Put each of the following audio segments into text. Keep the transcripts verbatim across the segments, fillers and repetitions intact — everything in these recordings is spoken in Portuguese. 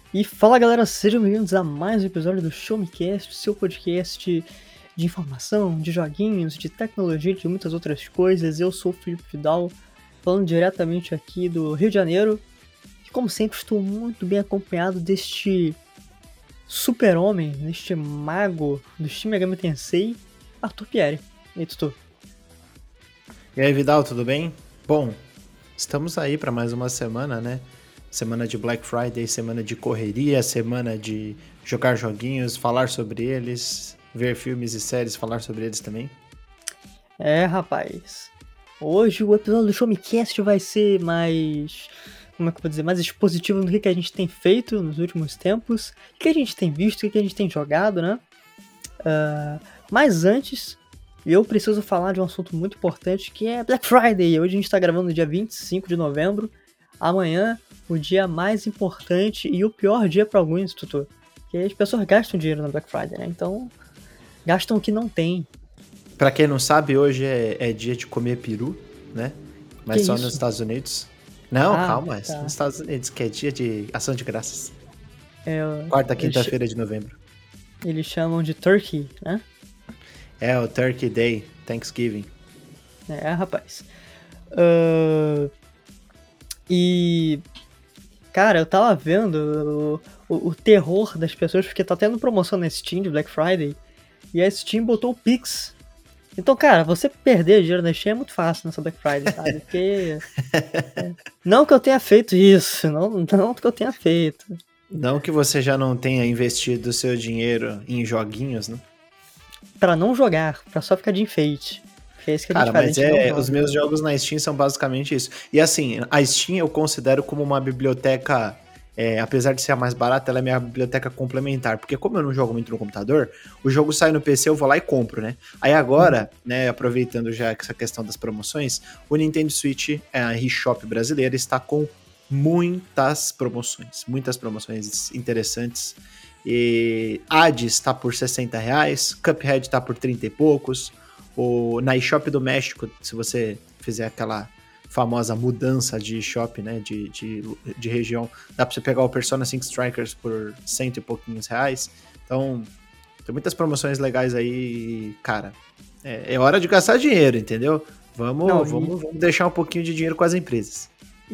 E fala galera, sejam bem-vindos a mais um episódio do Show Me Cast, seu podcast de informação, de joguinhos, de tecnologia e de muitas outras coisas. Eu sou o Felipe Vidal, falando diretamente aqui do Rio de Janeiro. E como sempre estou muito bem acompanhado deste super-homem, deste mago do Shin Megami Tensei, Arthur Pieri. E aí, Tutu? E aí, Vidal, tudo bem? Bom, estamos aí para mais uma semana, né? Semana de Black Friday, semana de correria, semana de jogar joguinhos, falar sobre eles, ver filmes e séries, falar sobre eles também. É, rapaz. Hoje o episódio do Show Me Cast vai ser mais... Como é que eu vou dizer? Mais expositivo do que a gente tem feito nos últimos tempos. O que a gente tem visto, o que a gente tem jogado, né? Uh, mas antes, eu preciso falar de um assunto muito importante, que é Black Friday. Hoje a gente tá gravando no dia vinte e cinco de novembro. Amanhã, o dia mais importante e o pior dia para alguns, Tutu. Porque as pessoas gastam dinheiro na Black Friday, né? Então, gastam o que não tem. Pra quem não sabe, hoje é, é dia de comer peru, né? Mas Que só isso? nos Estados Unidos. Não, Ah, calma, é tá. nos Estados Unidos, que é dia de ação de graças. É, Quarta, eles, quinta-feira de novembro. eles chamam de Turkey, né? É o Turkey Day, Thanksgiving. É, rapaz. Uh, e... Cara, eu tava vendo o, o, o terror das pessoas, porque tá tendo promoção na Steam de Black Friday, e a Steam botou o Pix. Então, cara, você perder dinheiro na Steam é muito fácil nessa Black Friday, sabe? Porque... é, não que eu tenha feito isso, não, não que eu tenha feito. Não que você já não tenha investido seu dinheiro em joguinhos, né? Pra não jogar, pra só ficar de enfeite. Que é isso que a gente Cara, faz, a mas gente não é, os joga. meus jogos na Steam são basicamente isso. E assim, a Steam eu considero como uma biblioteca, é, apesar de ser a mais barata, ela é minha biblioteca complementar. Porque como eu não jogo muito no computador, o jogo sai no P C, eu vou lá e compro, né? Aí agora, Uhum. né, aproveitando já essa questão das promoções, o Nintendo Switch, a eShop brasileira, está com muitas promoções. Muitas promoções interessantes. E Hades está por sessenta reais, Cuphead está por trinta e poucos. O, na eShop do México, se você fizer aquela famosa mudança de eShop, né, de, de, de região, dá pra você pegar o Persona cinco Strikers por cento e pouquinhos reais. Então, tem muitas promoções legais aí, cara. É, é hora de gastar dinheiro, entendeu? Vamos, Não, e, vamos, vamos deixar um pouquinho de dinheiro com as empresas.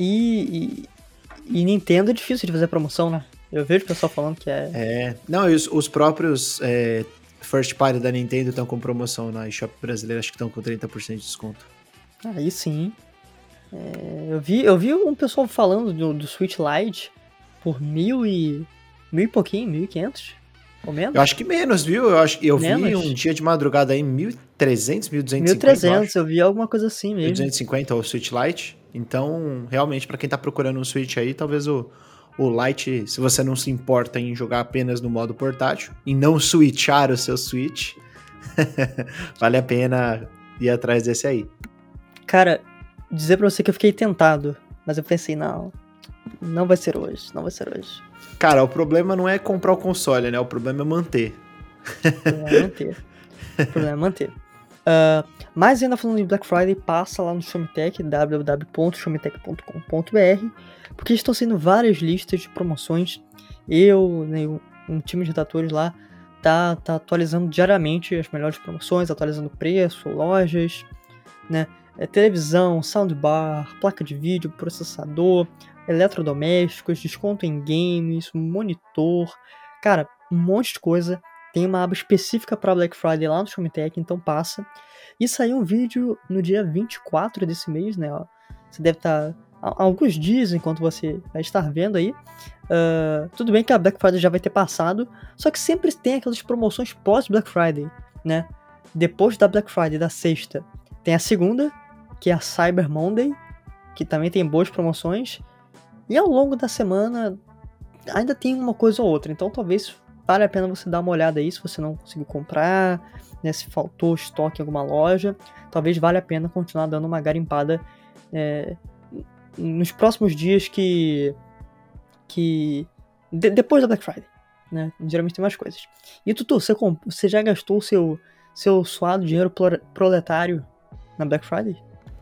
e, e, e Nintendo é difícil de fazer promoção, né? Eu vejo o pessoal falando que é... É, não, e os, os próprios é, first party da Nintendo estão com promoção na eShop brasileira, acho que estão com trinta por cento de desconto. Aí sim. É, eu, vi, eu vi um pessoal falando do, do Switch Lite por mil e... Mil e pouquinho, mil e quinhentos? Ou menos? Eu acho que menos, viu? Eu, acho, eu vi Menos? um dia de madrugada aí mil e trezentos, mil duzentos Mil e e cinquenta, eu trezentos, acho. eu vi alguma coisa assim mesmo. mil duzentos e cinquenta o Switch Lite. Então, realmente, pra quem tá procurando um Switch aí, talvez o, o Lite, se você não se importa em jogar apenas no modo portátil, e não switchar o seu Switch, vale a pena ir atrás desse aí. Cara, dizer pra você que eu fiquei tentado, mas eu pensei, não, não vai ser hoje, não vai ser hoje. Cara, o problema não é comprar o console, né? O problema é manter. O problema é manter. O problema é manter. Uh, mas ainda falando de Black Friday, passa lá no Showmetech, w w w ponto showmetech ponto com ponto b r, porque estão sendo várias listas de promoções. Eu, né, um, um time de redatores lá, tá, tá atualizando diariamente as melhores promoções, atualizando preço, lojas, né? É, televisão, soundbar, placa de vídeo, processador, eletrodomésticos, desconto em games, monitor, cara, um monte de coisa. Tem uma aba específica para Black Friday lá no Showmetech, então passa. E saiu um vídeo no dia vinte e quatro desse mês, né? Ó. Você deve estar há alguns dias enquanto você vai estar vendo aí. Uh, tudo bem que a Black Friday já vai ter passado, só que sempre tem aquelas promoções pós-Black Friday, né? Depois da Black Friday, da sexta, tem a segunda, que é a Cyber Monday, que também tem boas promoções. E ao longo da semana ainda tem uma coisa ou outra, então talvez vale a pena você dar uma olhada aí se você não conseguiu comprar, né, se faltou estoque em alguma loja. Talvez valha a pena continuar dando uma garimpada é, nos próximos dias que... que de, depois da Black Friday, né? Geralmente tem mais coisas. E Tutu, você, comp- você já gastou o seu, seu suado dinheiro proletário na Black Friday?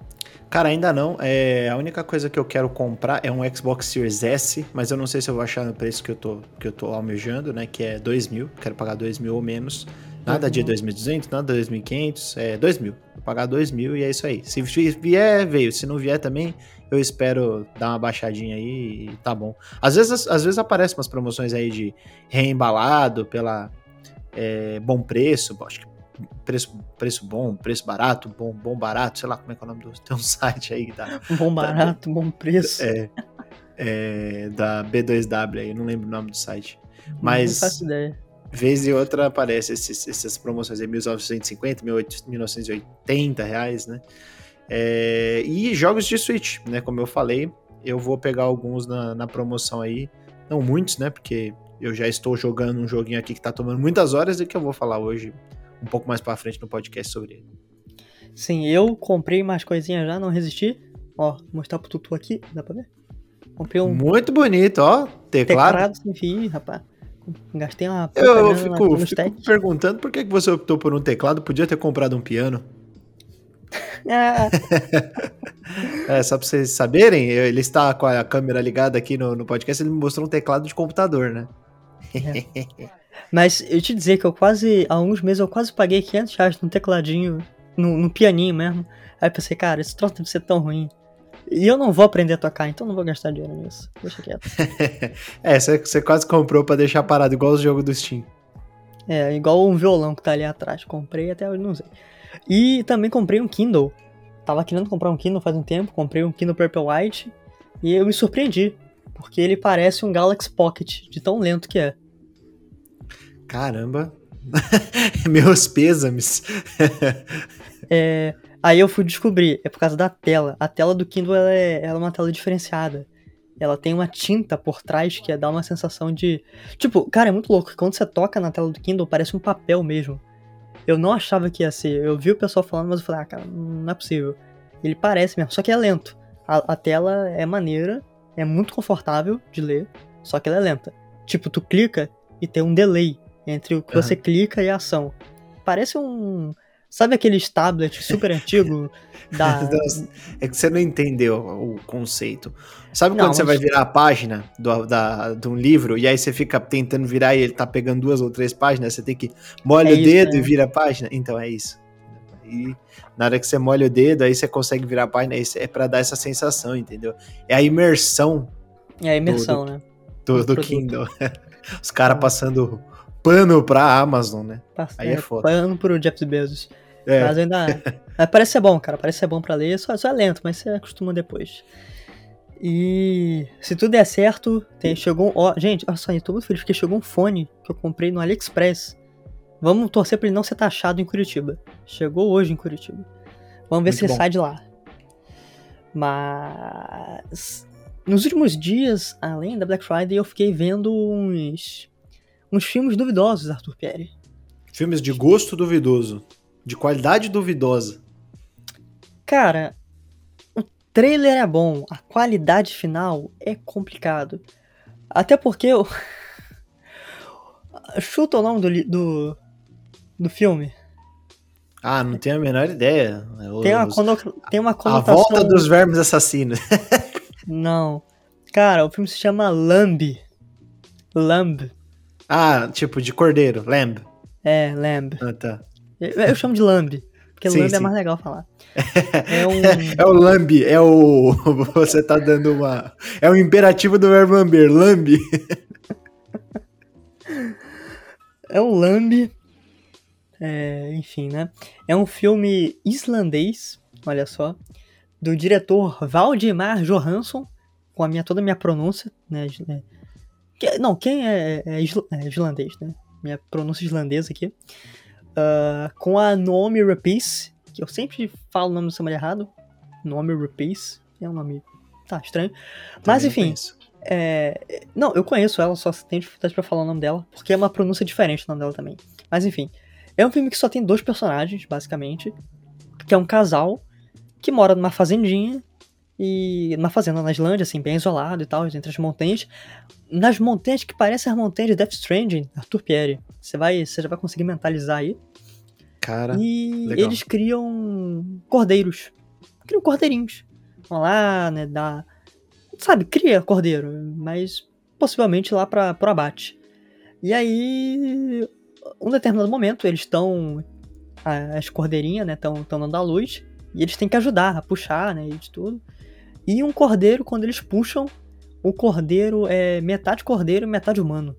Cara, ainda não. É, a única coisa que eu quero comprar é um Xbox Series S, mas eu não sei se eu vou achar no preço que eu tô, que eu tô almejando, né? Que é dois mil. Quero pagar dois mil ou menos. Nada de dois mil e duzentos, nada de dois mil e quinhentos. É dois mil. Vou pagar dois mil e é isso aí. Se vier, veio. Se não vier também, eu espero dar uma baixadinha aí e tá bom. Às vezes, às vezes aparecem umas promoções aí de reembalado pela é, bom preço. Acho que preço, preço bom, preço barato, bom, bom barato, sei lá como é que é o nome do... Tem um site aí da... Bom da, barato, bom preço. É, é, da B dois W aí, não lembro o nome do site. Mas... Não faço Mas, ideia. vez e outra aparece esses, essas promoções aí, mil novecentos e cinquenta, mil novecentos e oitenta reais, né? É, e jogos de Switch, né? Como eu falei, eu vou pegar alguns na, na promoção aí. Não muitos, né? Porque eu já estou jogando um joguinho aqui que tá tomando muitas horas e que eu vou falar hoje um pouco mais pra frente no podcast sobre ele. Sim, eu comprei mais coisinhas já, não resisti. Ó, vou mostrar pro Tutu aqui, dá pra ver? Comprei um... Muito bonito, ó, teclado. Teclado sem fio, rapaz. Gastei uma Eu, eu grana fico, nos fico techs. perguntando por que você optou por um teclado, podia ter comprado um piano. Ah. É, só pra vocês saberem, ele está com a câmera ligada aqui no, no podcast, ele me mostrou um teclado de computador, né? É. Mas eu te dizer que eu quase, há alguns meses eu quase paguei quinhentos reais num tecladinho, no, no pianinho mesmo. Aí eu pensei, cara, esse troço deve ser tão ruim. E eu não vou aprender a tocar, então não vou gastar dinheiro nisso. Deixa quieto. É, você, você quase comprou pra deixar parado, igual os jogos do Steam. É, igual um violão que tá ali atrás. Comprei até hoje não usei. E também comprei um Kindle. Tava querendo comprar um Kindle faz um tempo, comprei um Kindle Paperwhite. E eu me surpreendi, porque ele parece um Galaxy Pocket, de tão lento que é. Caramba. Meus pêsames. É, aí eu fui descobrir, é por causa da tela. A tela do Kindle ela é, ela é uma tela diferenciada. Ela tem uma tinta por trás que dá uma sensação de... Tipo, cara, é muito louco. Quando você toca na tela do Kindle, parece um papel mesmo. Eu não achava que ia ser. Eu vi o pessoal falando, mas eu falei, ah, cara, não é possível. Ele parece mesmo, só que é lento. A, a tela é maneira, é muito confortável de ler, só que ela é lenta. Tipo, tu clica e tem um delay entre o que uhum. você clica e a ação. Parece um... Sabe aqueles tablets super antigo da... É que você não entendeu o conceito. Sabe não, quando você mas... vai virar a página do, da, de um livro e aí você fica tentando virar e ele tá pegando duas ou três páginas, você tem que molha é o isso, dedo é. e vira a página? Então é isso. E na hora que você molha o dedo, aí você consegue virar a página, é pra dar essa sensação, entendeu? É a imersão. É a imersão, do, né? Do, do Kindle. Os caras ah. passando pano pra Amazon, né? Passa, aí é, é foda. Pano pro Jeff Bezos. É. Mas ainda... parece ser bom, cara. Parece ser bom pra ler. Só, só é lento, mas você acostuma depois. E se tudo der certo, tem, chegou um... Ó, gente, olha só, eu tô muito feliz porque chegou um fone que eu comprei no AliExpress. Vamos torcer pra ele não ser taxado em Curitiba. Chegou hoje em Curitiba. Vamos ver muito se bom. Ele sai de lá. Mas... Nos últimos dias, além da Black Friday, eu fiquei vendo uns... uns filmes duvidosos, Arthur Pieri. Filmes de gosto duvidoso. De qualidade duvidosa. Cara, o trailer é bom, a qualidade final é complicado. Até porque eu... Chuta o nome do, do, do filme. Ah, não tenho a menor ideia. Tem uma, cono... Tem uma conotação... A Volta dos Vermes Assassinos. Não. Cara, o filme se chama Lamb. Lamb. Ah, tipo de cordeiro, lamb. É, lamb. Ah, tá. Eu, eu chamo de lamb, porque sim, lamb sim. é mais legal falar. É, um... é o lamb, é o... Você tá dando uma... É o imperativo do verbo lamber, lamb. É o lamb. É, enfim, né? É um filme islandês, olha só, do diretor Valdimar Johansson, com a minha, toda a minha pronúncia, né? Que, não, quem é, é, isla, é islandês, né? Minha pronúncia islandesa aqui. Uh, com a Noomi Rapace, que eu sempre falo o nome dessa mulher errado. Noomi Rapace, é um nome... Tá, estranho. Mas, Também enfim... É... Não, eu conheço ela, só tenho dificuldade pra falar o nome dela, porque é uma pronúncia diferente o nome dela também. Mas, enfim... É um filme que só tem dois personagens, basicamente. Que é um casal que mora numa fazendinha. E numa fazenda na Islândia, assim, bem isolado e tal, entre as montanhas. Nas montanhas que parecem as montanhas de Death Stranding, Arthur Pieri. Você vai, você já vai conseguir mentalizar aí. Cara, E legal. eles criam cordeiros. criam cordeirinhos. Vão lá, né, dá... Sabe, cria cordeiro, mas possivelmente lá para pro abate. E aí, um determinado momento, eles estão... As cordeirinhas, né, estão dando à luz, e eles têm que ajudar a puxar, né, e de tudo. E um cordeiro, quando eles puxam, o cordeiro é metade cordeiro e metade humano.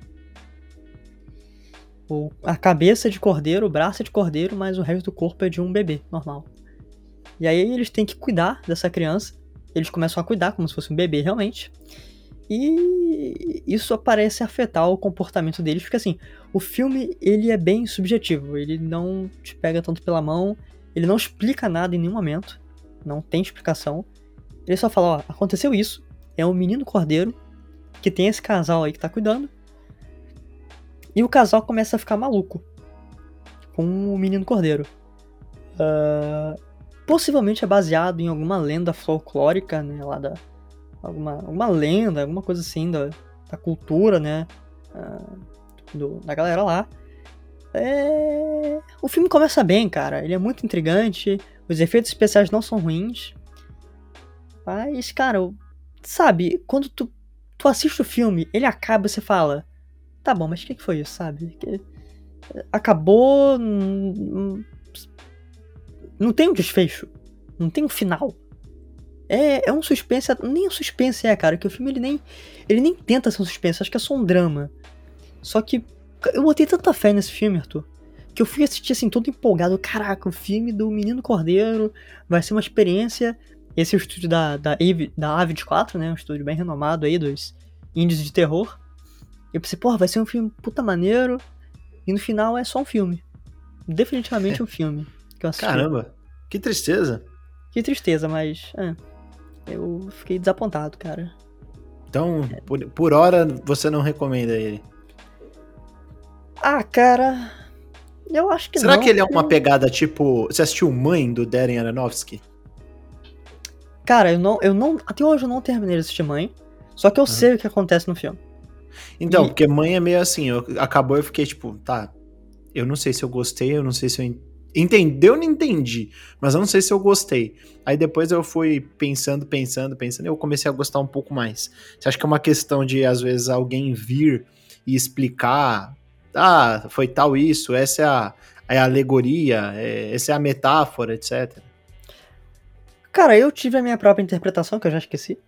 O, a cabeça é de cordeiro, o braço é de cordeiro, mas o resto do corpo é de um bebê, normal. E aí eles têm que cuidar dessa criança. Eles começam a cuidar como se fosse um bebê realmente. E isso parece afetar o comportamento deles, porque assim, o filme ele é bem subjetivo, ele não te pega tanto pela mão, ele não explica nada em nenhum momento, não tem explicação. Ele só fala, ó, aconteceu isso, é um menino cordeiro que tem esse casal aí que tá cuidando, e o casal começa a ficar maluco com o menino cordeiro. Uh, possivelmente é baseado em alguma lenda folclórica, né, lá da... Alguma, alguma lenda, alguma coisa assim da, da cultura, né, uh, do, da galera lá. É... O filme começa bem, cara, ele é muito intrigante, os efeitos especiais não são ruins, mas, cara, sabe, quando tu, tu assiste o filme, ele acaba e você fala, tá bom, mas o que, que foi isso, sabe? Que... Acabou, não, não tem um desfecho, não tem um final. É, é um suspense, nem um suspense é, cara, que o filme ele nem, ele nem tenta ser um suspense, acho que é só um drama. Só que eu botei tanta fé nesse filme, Arthur, que eu fui assistir assim, todo empolgado, caraca, o filme do Menino Cordeiro vai ser uma experiência. Esse é o estúdio da, da, da A vinte e quatro, né, um estúdio bem renomado aí dos indies de terror. Eu pensei, porra, vai ser um filme puta maneiro, e no final é só um filme. Definitivamente um filme que eu assisti. Caramba, que tristeza. Que tristeza, mas... É. Eu fiquei desapontado, cara. Então, é. por, por hora, você não recomenda ele? Ah, cara... Eu acho que Será não. Será que ele é uma pegada tipo... Você assistiu Mãe, do Darren Aronofsky? Cara, eu não, eu não... Até hoje eu não terminei de assistir Mãe. Só que eu uhum. sei o que acontece no filme. Então, e... porque Mãe é meio assim... Eu, acabou, eu fiquei tipo... Tá, eu não sei se eu gostei, eu não sei se eu... Entendeu? Não entendi, mas eu não sei se eu gostei. Aí depois eu fui pensando, pensando, pensando, e eu comecei a gostar um pouco mais. Você acha que é uma questão de, às vezes, alguém vir e explicar, ah, foi tal isso, essa é a, é a alegoria, é, essa é a metáfora, etcétera. Cara, eu tive a minha própria interpretação, que eu já esqueci.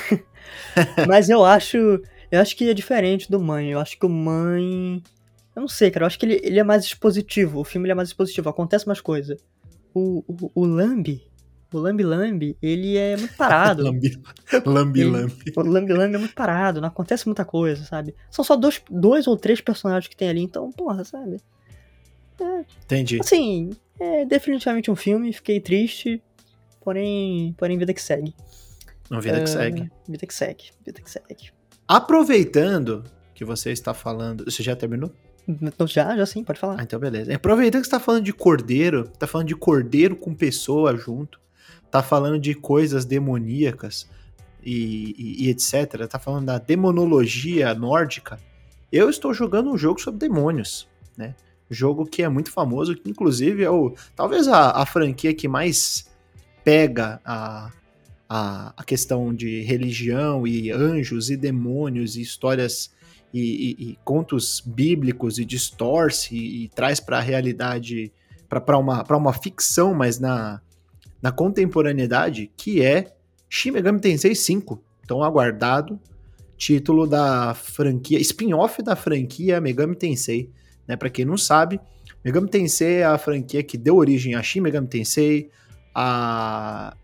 Mas eu acho, eu acho que é diferente do Mãe. Eu acho que o Mãe... Eu não sei, cara, eu acho que ele, ele é mais expositivo, o filme ele é mais expositivo, acontece mais coisa. O, o, o Lambi, o Lambi Lambi, ele é muito parado. Lambi Lambi ele, Lambi. O Lambi Lambi é muito parado, não acontece muita coisa, sabe? São só dois, dois ou três personagens que tem ali, então, porra, sabe? É, Entendi. Assim, é definitivamente um filme, fiquei triste, porém, porém vida que segue. Não, vida uh, que segue. Vida que segue, vida que segue. Aproveitando que você está falando... Você já terminou? Já, já sim, pode falar. Ah, então beleza. Aproveitando que você tá falando de cordeiro, tá falando de cordeiro com pessoa junto, tá falando de coisas demoníacas e, e, e etcétera, tá falando da demonologia nórdica, eu estou jogando um jogo sobre demônios, né? Jogo que é muito famoso, que inclusive é o, talvez a, a franquia que mais pega a, a, a questão de religião e anjos e demônios e histórias... E, e, e contos bíblicos e distorce e, e traz para a realidade, para uma, uma ficção, mas na, na contemporaneidade, que é Shin Megami Tensei cinco, tão aguardado, título da franquia, spin-off da franquia Megami Tensei, né? Para quem não sabe, Megami Tensei é a franquia que deu origem a Shin Megami Tensei, a...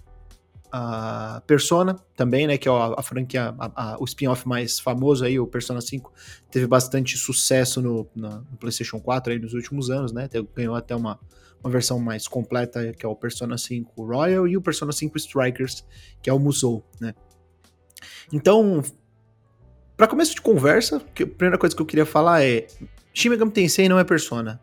a Persona também, né, que é a, a franquia, a, a, o spin-off mais famoso aí, o Persona cinco, teve bastante sucesso no, no, no PlayStation quatro aí nos últimos anos, né, ganhou até uma, uma versão mais completa, que é o Persona cinco Royal e o Persona cinco Strikers, que é o Musou, né. Então, para começo de conversa, a primeira coisa que eu queria falar é, Shin Megami Tensei não é Persona.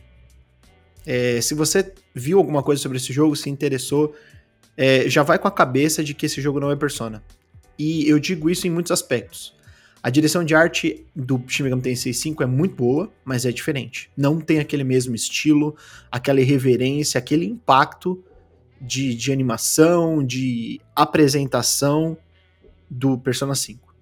É, se você viu alguma coisa sobre esse jogo, se interessou, É, já vai com a cabeça de que esse jogo não é Persona. E eu digo isso em muitos aspectos. A direção de arte do Shin Megami Tensei cinco é muito boa, mas é diferente. Não tem aquele mesmo estilo, aquela irreverência, aquele impacto de, de animação, de apresentação do Persona cinco.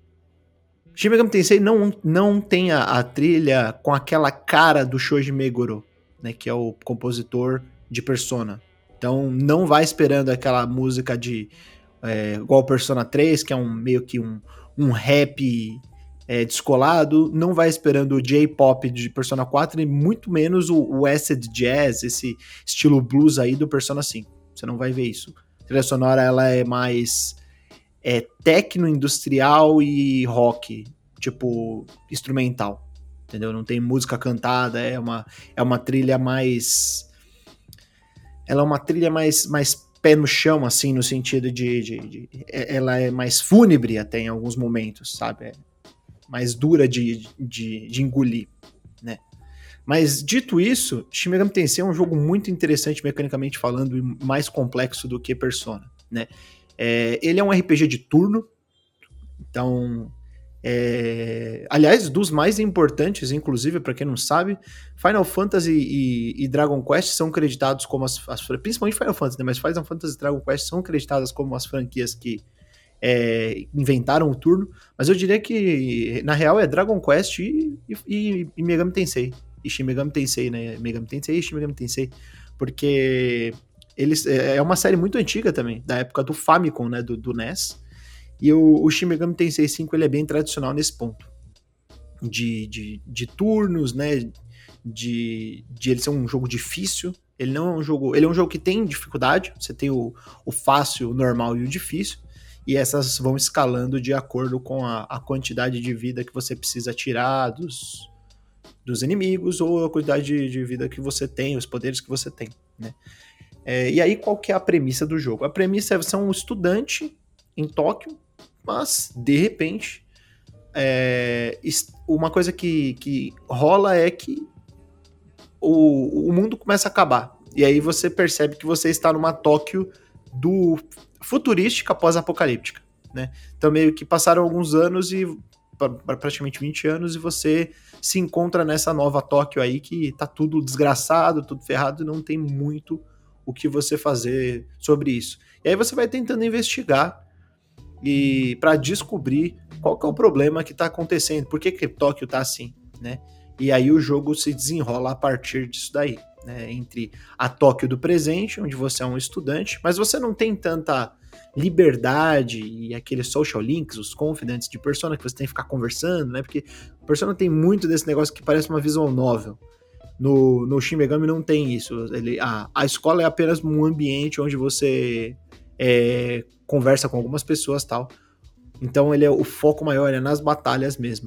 Shin Megami Tensei não, não tem a, a trilha com aquela cara do Shoji Meguro, né, que é o compositor de Persona. Então não vai esperando aquela música de é, igual o Persona três, que é um meio que um, um rap é, descolado, não vai esperando o J-pop de Persona quatro e muito menos o, o acid jazz, esse estilo blues aí do Persona cinco. Você não vai ver isso. A trilha sonora ela é mais é, tecno-industrial e rock, tipo instrumental, entendeu? Não tem música cantada, é uma, é uma trilha mais... Ela é uma trilha mais, mais pé no chão, assim, no sentido de, de, de... Ela é mais fúnebre até em alguns momentos, sabe? É mais dura de, de, de engolir, né? Mas, dito isso, Shin Megami Tensei é um jogo muito interessante mecanicamente falando e mais complexo do que Persona, né? É, ele é um R P G de turno, então... É... Aliás, dos mais importantes, inclusive, para quem não sabe, Final Fantasy e, e Dragon Quest são creditados como as, as... Principalmente Final Fantasy, né? Mas Final Fantasy e Dragon Quest são creditadas como as franquias que é, inventaram o turno, mas eu diria que, na real, é Dragon Quest e, e, e Megami Tensei. E Shin Megami Tensei, né? Megami Tensei e Shin Megami Tensei. Porque eles, é uma série muito antiga também, da época do Famicom, né? Do, do N E S. E o, o Shin Megami Tensei cinco ele é bem tradicional nesse ponto. De, de, de turnos, né? De, de ele ser um jogo difícil. Ele não é um jogo. Ele é um jogo que tem dificuldade. Você tem o, o fácil, o normal e o difícil. E essas vão escalando de acordo com a, a quantidade de vida que você precisa tirar dos, dos inimigos ou a quantidade de, de vida que você tem, os poderes que você tem, né? É, e aí, qual que é a premissa do jogo? A premissa é você é um estudante em Tóquio, mas, de repente, é, uma coisa que, que rola é que o, o mundo começa a acabar. E aí você percebe que você está numa Tóquio do futurística pós-apocalíptica, né? Então meio que passaram alguns anos e praticamente vinte anos e você se encontra nessa nova Tóquio aí que tá tudo desgraçado, tudo ferrado e não tem muito o que você fazer sobre isso. E aí você vai tentando investigar e para descobrir qual que é o problema que tá acontecendo, por que que Tóquio tá assim, né? E aí o jogo se desenrola a partir disso daí, né? Entre a Tóquio do presente, onde você é um estudante, mas você não tem tanta liberdade e aqueles social links, os confidants de Persona que você tem que ficar conversando, né? Porque Persona tem muito desse negócio que parece uma visual novel. No, no Shin Megami não tem isso. Ele, a, a escola é apenas um ambiente onde você é, conversa com algumas pessoas e tal. Então ele é, o foco maior é nas batalhas mesmo.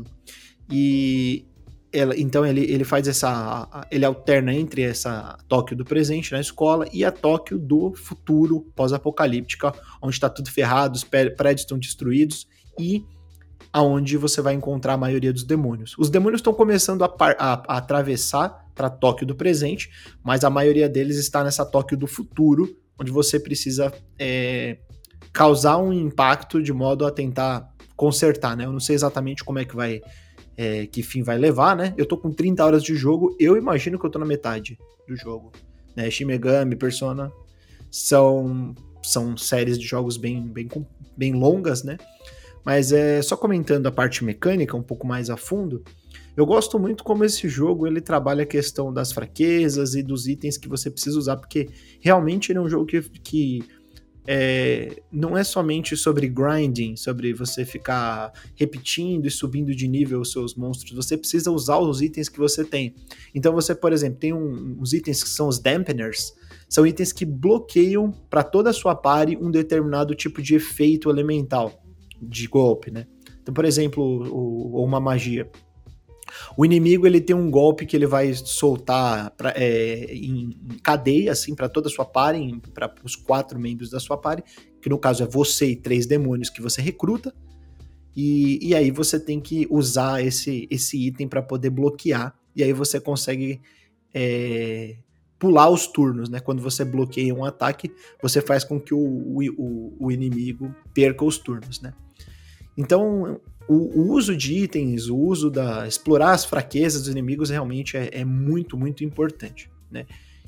E ela, então ele, ele faz essa... Ele alterna entre essa Tóquio do presente na escola e a Tóquio do futuro pós-apocalíptica, onde está tudo ferrado, os prédios estão destruídos e aonde você vai encontrar a maioria dos demônios. Os demônios estão começando a, par, a, a atravessar para Tóquio do presente, mas a maioria deles está nessa Tóquio do futuro, onde você precisa é, causar um impacto de modo a tentar consertar, né? Eu não sei exatamente como é que vai... É, que fim vai levar, né? Eu tô com trinta horas de jogo, eu imagino que eu tô na metade do jogo, né? Shin Megami, Persona são, são séries de jogos bem, bem, bem longas, né? Mas é, só comentando a parte mecânica um pouco mais a fundo, eu gosto muito como esse jogo ele trabalha a questão das fraquezas e dos itens que você precisa usar, porque realmente ele é um jogo que, que É, não é somente sobre grinding, sobre você ficar repetindo e subindo de nível os seus monstros, você precisa usar os itens que você tem. Então você, por exemplo, tem um, uns itens que são os dampeners, são itens que bloqueiam para toda a sua party um determinado tipo de efeito elemental de golpe, né? Então, por exemplo, o, uma magia. O inimigo ele tem um golpe que ele vai soltar pra, é, em, em cadeia, assim, para toda a sua party, para os quatro membros da sua party, que no caso é você e três demônios que você recruta, e, e aí você tem que usar esse, esse item para poder bloquear, e aí você consegue é, pular os turnos, né? Quando você bloqueia um ataque, você faz com que o, o, o inimigo perca os turnos, né? Então... O, o uso de itens, o uso da... explorar as fraquezas dos inimigos realmente é, é muito, muito importante, né?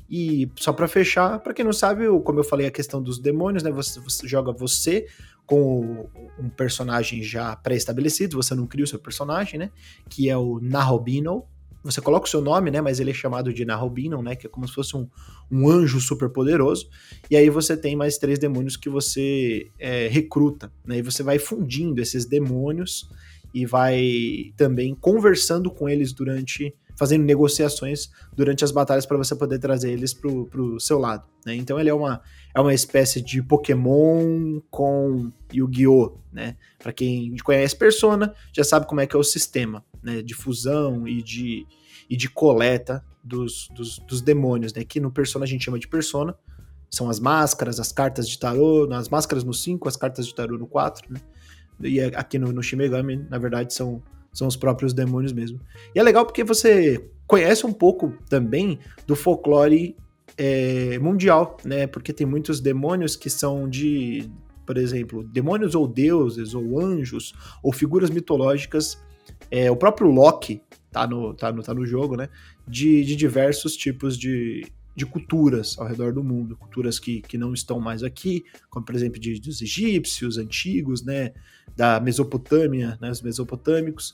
E só pra fechar, pra quem não sabe, eu- como eu falei, a questão dos demônios, né? Você, você joga você com o- um personagem já pré-estabelecido, você não cria o seu personagem, né? Que é o Nahobino. Você coloca o seu nome, né? Mas ele é chamado de Nahobino, né? Que é como se fosse um, um anjo super poderoso. E aí você tem mais três demônios que você é, recruta, né? E você vai fundindo esses demônios e vai também conversando com eles durante, fazendo negociações durante as batalhas para você poder trazer eles pro, pro seu lado, né? Então ele é uma, é uma espécie de Pokémon com Yu-Gi-Oh, né? Para quem conhece Persona, já sabe como é que é o sistema, né? De fusão e de, e de coleta dos, dos, dos demônios, né? Que no Persona a gente chama de Persona, são as máscaras, as cartas de tarô, as máscaras no cinco, as cartas de tarô no quatro, né? E aqui no, no Shin Megami, na verdade, são, são os próprios demônios mesmo. E é legal porque você conhece um pouco também do folclore é, mundial, né? Porque tem muitos demônios que são de, por exemplo, demônios ou deuses, ou anjos, ou figuras mitológicas. É, o próprio Loki tá no, tá no, tá no jogo, né? De, de diversos tipos de, de culturas ao redor do mundo. Culturas que, que não estão mais aqui, como, por exemplo, de, dos egípcios antigos, né? Da Mesopotâmia, né? Os mesopotâmicos.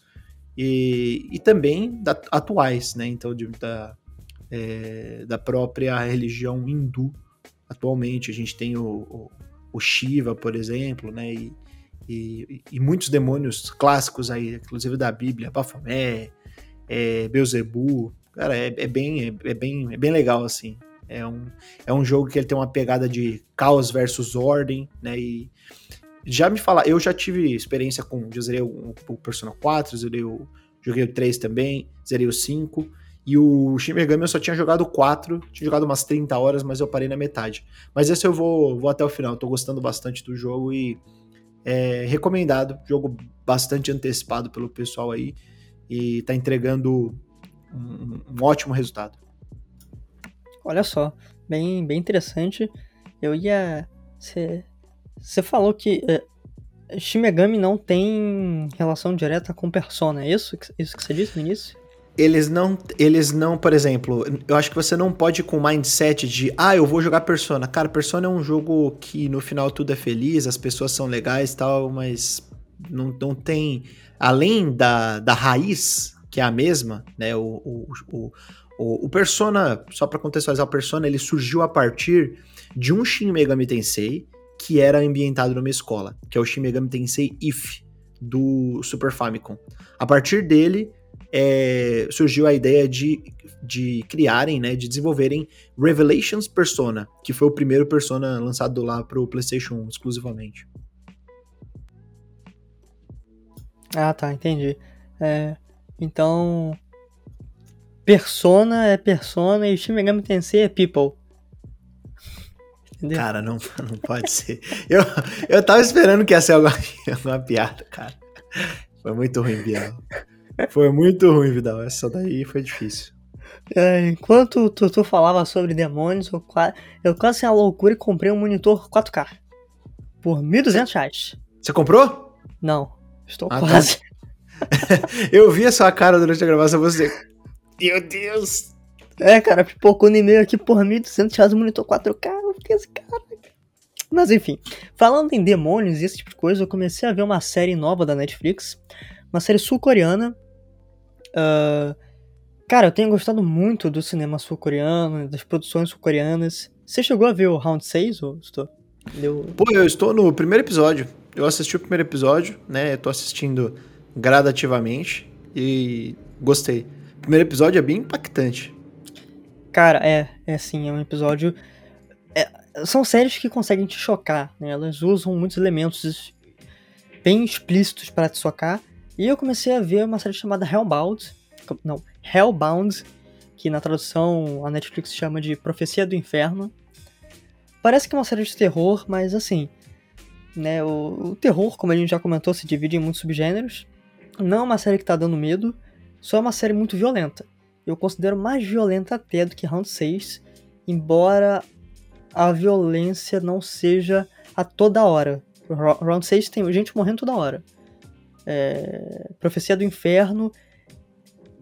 E, e também da, atuais, né? Então, de, da, é, da própria religião hindu. Atualmente, a gente tem o, o, o Shiva, por exemplo, né? E, e, e muitos demônios clássicos aí, inclusive da Bíblia, Baphomet, é, Beelzebub. Cara, é, é, bem, é, é, bem, é bem legal, assim. É um, é um jogo que ele tem uma pegada de caos versus ordem, né? E já me falar, eu já tive experiência com, já zerei o, o Persona quatro, zerei o, joguei o três também, zerei o cinco, e o Shin Megami eu só tinha jogado o quatro, tinha jogado umas trinta horas, mas eu parei na metade. Mas esse eu vou, vou até o final, tô gostando bastante do jogo e é recomendado, jogo bastante antecipado pelo pessoal aí, e tá entregando um, um ótimo resultado. Olha só, bem, bem interessante. Eu ia... Você falou que é, Shin Megami não tem relação direta com Persona, é isso, que- isso que você disse no início? Eles não, eles não, por exemplo, eu acho que você não pode ir com o mindset de, ah, eu vou jogar Persona. Cara, Persona é um jogo que no final tudo é feliz, as pessoas são legais e tal, mas não, não tem, além da, da raiz, que é a mesma, né, o, o, o, o, o Persona, só pra contextualizar o Persona, ele surgiu a partir de um Shin Megami Tensei que era ambientado numa escola, que é o Shin Megami Tensei If, do Super Famicom. A partir dele, É, surgiu a ideia de, de criarem, né, de desenvolverem Revelations Persona, que foi o primeiro Persona lançado lá pro PlayStation um exclusivamente. Ah, tá, entendi. É, então, Persona é Persona e Shin Megami Tensei é People. Entendeu? Cara, não, não pode ser. Eu, eu tava esperando que ia ser alguma, alguma piada, cara. Foi muito ruim, Bial. Foi muito ruim, Vidal. Essa daí foi difícil. É, enquanto tu, tu falava sobre demônios, eu quase, eu quase sem a loucura e comprei um monitor quatro K por mil e duzentos reais. Você comprou? Não, estou Ah, quase. tá. Eu vi a sua cara durante a gravação, você... Meu Deus! É, cara, pipocou no e-mail aqui por mil e duzentos reais o monitor quatro K. Eu fiquei assim, cara. Mas enfim, falando em demônios e esse tipo de coisa, eu comecei a ver uma série nova da Netflix, uma série sul-coreana. Uh, cara, eu tenho gostado muito do cinema sul-coreano, das produções sul-coreanas. Você chegou a ver o Round seis, ou estou? Deu... Pô, eu estou no primeiro episódio. Eu assisti o primeiro episódio, né? Eu tô assistindo gradativamente e gostei. O primeiro episódio é bem impactante. Cara, é, é assim, é um episódio... É, são séries que conseguem te chocar, né? Elas usam muitos elementos bem explícitos para te chocar. E eu comecei a ver uma série chamada Hellbound. Não, Hellbound, que na tradução a Netflix chama de Profecia do Inferno. Parece que é uma série de terror, mas assim, né, o, o terror, como a gente já comentou, se divide em muitos subgêneros. Não é uma série que tá dando medo, só é uma série muito violenta. Eu considero mais violenta até do que Round seis, embora a violência não seja a toda hora. Round seis tem gente morrendo toda hora. É... Profecia do Inferno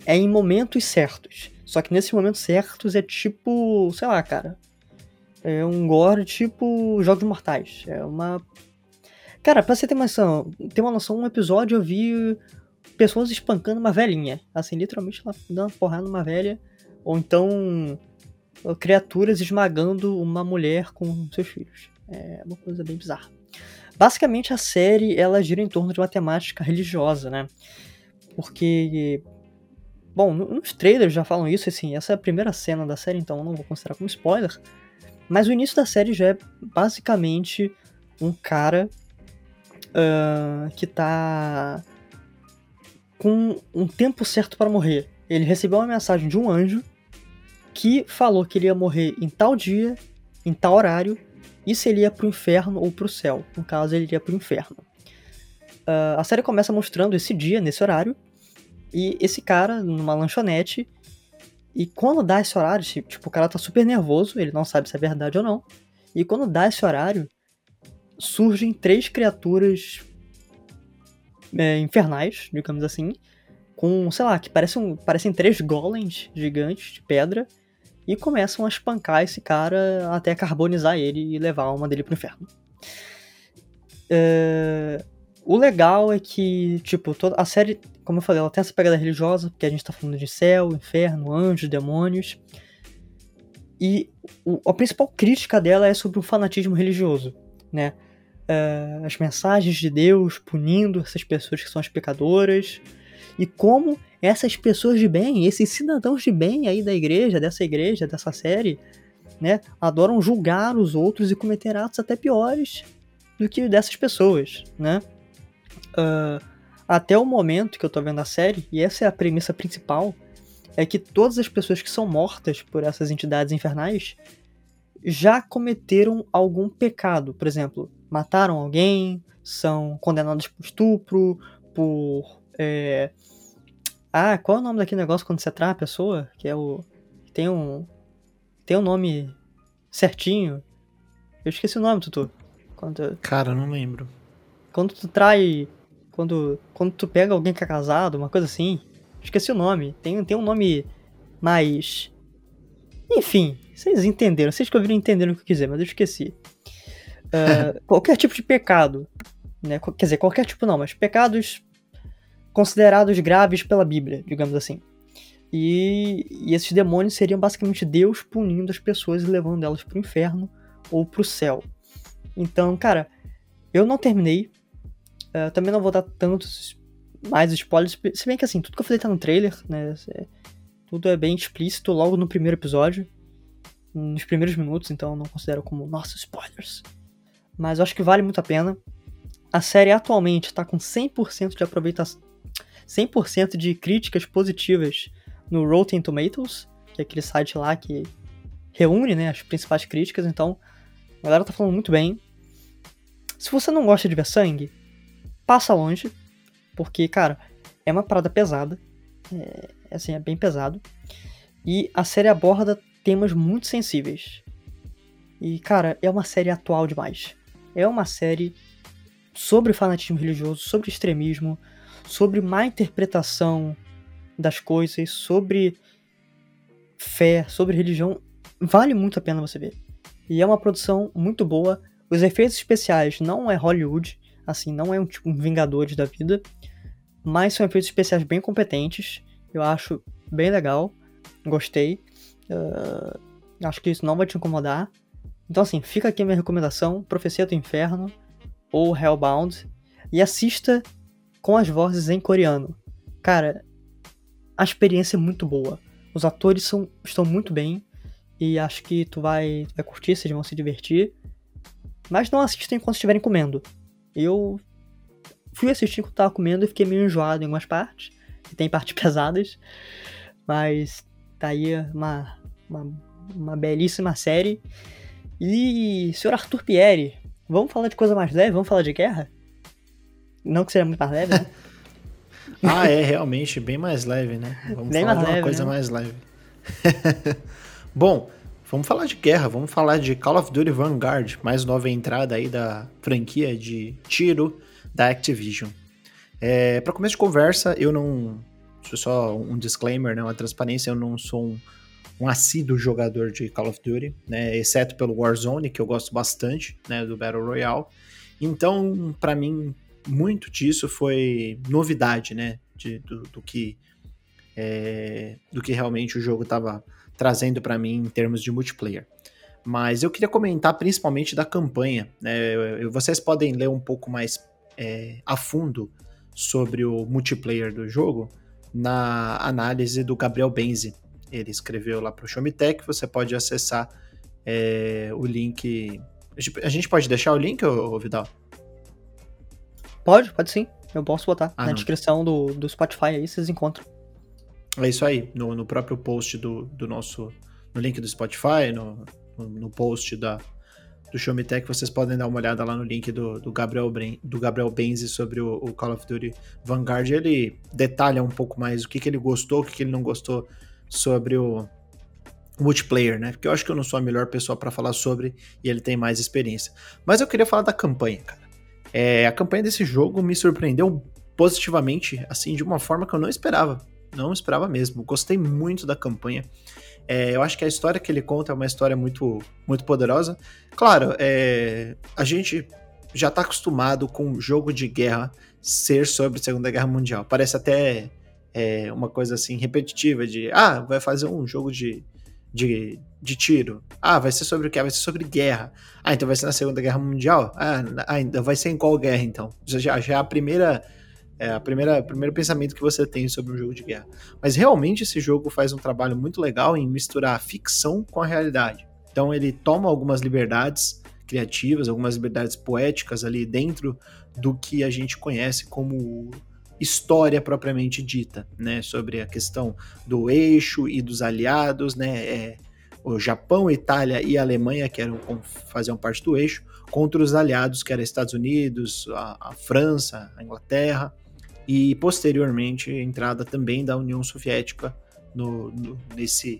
é em momentos certos. Só que nesses momentos certos é tipo, sei lá, cara, é um gore tipo Jogos Mortais. É uma... Cara, pra você ter uma noção, ter uma noção, um episódio eu vi pessoas espancando uma velhinha. Assim, literalmente ela dando uma porrada numa velha. Ou então criaturas esmagando uma mulher com seus filhos. É uma coisa bem bizarra. Basicamente a série, ela gira em torno de uma temática religiosa, né? Porque... Bom, nos trailers já falam isso, assim, essa é a primeira cena da série, então eu não vou considerar como spoiler. Mas o início da série já é basicamente um cara uh, que tá com um tempo certo para morrer. Ele recebeu uma mensagem de um anjo que falou que ele ia morrer em tal dia, em tal horário, e se ele ia pro inferno ou pro céu. No caso, ele iria pro inferno. Uh, a série começa mostrando esse dia, nesse horário, e esse cara numa lanchonete, e quando dá esse horário, tipo, o cara tá super nervoso, ele não sabe se é verdade ou não, e quando dá esse horário, surgem três criaturas é, infernais, digamos assim, com, sei lá, que parecem, parecem três golems gigantes de pedra, e começam a espancar esse cara até carbonizar ele e levar a alma dele pro inferno. É... O legal é que, tipo, toda a série, como eu falei, ela tem essa pegada religiosa, porque a gente tá falando de céu, inferno, anjos, demônios. E o, a principal crítica dela é sobre o fanatismo religioso, né? É, as mensagens de Deus punindo essas pessoas que são as pecadoras. E como essas pessoas de bem, esses cidadãos de bem aí da igreja, dessa igreja, dessa série, né? Adoram julgar os outros e cometer atos até piores do que dessas pessoas, né? Uh, até o momento que eu tô vendo a série, e essa é a premissa principal, é que todas as pessoas que são mortas por essas entidades infernais já cometeram algum pecado. Por exemplo, mataram alguém, são condenados por estupro, por... É... Ah, qual é o nome daquele negócio quando você atrai a pessoa? Que é o... Tem um... Tem um nome certinho. Eu esqueci o nome, Tutu. Quando... Cara, eu não lembro. Quando tu trai... Quando, quando tu pega alguém que é casado, uma coisa assim. Esqueci o nome. Tem, tem um nome mais... Enfim, vocês entenderam. Vocês que ouviram entenderam o que eu quis dizer, mas eu esqueci. Uh, qualquer tipo de pecado. Né? Quer dizer, qualquer tipo não, mas pecados considerados graves pela Bíblia, digamos assim. E, e esses demônios seriam basicamente Deus punindo as pessoas e levando elas pro inferno ou pro céu. Então, cara, eu não terminei. Uh, também não vou dar tantos mais spoilers. Se bem que assim, tudo que eu falei tá no trailer, né? É, tudo é bem explícito logo no primeiro episódio. Nos primeiros minutos, então eu não considero como, nossa, spoilers. Mas eu acho que vale muito a pena. A série atualmente está com cem por cento de aproveitação, cem por cento de críticas positivas no Rotten Tomatoes, que é aquele site lá que reúne, né, as principais críticas. Então, a galera tá falando muito bem. Se você não gosta de ver sangue, passa longe, porque, cara, é uma parada pesada. É, assim, é bem pesado. E a série aborda temas muito sensíveis. E, cara, é uma série atual demais. É uma série sobre fanatismo religioso, sobre extremismo, sobre má interpretação das coisas, sobre fé, sobre religião. Vale muito a pena você ver. E é uma produção muito boa. Os efeitos especiais não é Hollywood, assim, não é um tipo um Vingadores da vida, mas são efeitos especiais bem competentes. Eu acho bem legal. Gostei. Uh, acho que isso não vai te incomodar. Então, assim, fica aqui a minha recomendação: Profecia do Inferno ou Hellbound, e assista com as vozes em coreano. Cara, a experiência é muito boa. Os atores são, estão muito bem, e acho que tu vai, vai curtir, vocês vão se divertir. Mas não assistam enquanto estiverem comendo. Eu fui assistir enquanto estava comendo e fiquei meio enjoado em algumas partes, que tem partes pesadas, mas tá aí uma, uma, uma belíssima série. E, senhor Arthur Pieri, vamos falar de coisa mais leve? Vamos falar de guerra? Não que seja muito mais leve, né? Ah, é, realmente, bem mais leve, né? Vamos bem falar mais de uma leve, coisa né? mais leve. Bom, vamos falar de guerra, vamos falar de Call of Duty Vanguard, mais nova entrada aí da franquia de tiro da Activision. É, para começo de conversa, eu não isso é só um disclaimer, né, uma transparência, eu não sou um, um assíduo jogador de Call of Duty, né, exceto pelo Warzone, que eu gosto bastante, né, do Battle Royale. Então, para mim, muito disso foi novidade, né, de, do, do que é, do que realmente o jogo estava trazendo para mim em termos de multiplayer. Mas eu queria comentar principalmente da campanha, né? Vocês podem ler um pouco mais é, a fundo sobre o multiplayer do jogo na análise do Gabriel Benzi. Ele escreveu lá para o Showmetech, você pode acessar é, o link. A gente pode deixar o link, ô, Vidal? Pode, pode sim. Eu posso botar ah, na não. descrição do, do Spotify aí, vocês encontram. É isso aí, no, no próprio post do, do nosso... No link do Spotify, no, no, no post da, do Showmetech, vocês podem dar uma olhada lá no link do, do, Gabriel, do Gabriel Benzi sobre o, o Call of Duty Vanguard. Ele detalha um pouco mais o que, que ele gostou, o que, que ele não gostou sobre o multiplayer, né? Porque eu acho que eu não sou a melhor pessoa para falar sobre e ele tem mais experiência. Mas eu queria falar da campanha, cara. É, a campanha desse jogo me surpreendeu positivamente, assim, de uma forma que eu não esperava. Não esperava mesmo. Gostei muito da campanha. É, eu acho que a história que ele conta é uma história muito, muito poderosa. Claro, é, a gente já está acostumado com jogo de guerra ser sobre a Segunda Guerra Mundial. Parece até é, uma coisa assim repetitiva de ah, vai fazer um jogo de, de, de tiro. Ah, vai ser sobre o quê? Vai ser sobre guerra. Ah, então vai ser na Segunda Guerra Mundial? Ah, ainda vai ser em qual guerra então? Já, já é a primeira... É a primeira, o primeiro pensamento que você tem sobre um jogo de guerra. Mas realmente esse jogo faz um trabalho muito legal em misturar a ficção com a realidade. Então ele toma algumas liberdades criativas, algumas liberdades poéticas ali dentro do que a gente conhece como história propriamente dita, né? Sobre a questão do eixo e dos aliados, né? É, o Japão, Itália e a Alemanha, que eram, faziam parte do eixo, contra os aliados, que eram Estados Unidos, a, a França, a Inglaterra, e posteriormente a entrada também da União Soviética no, no, nesse,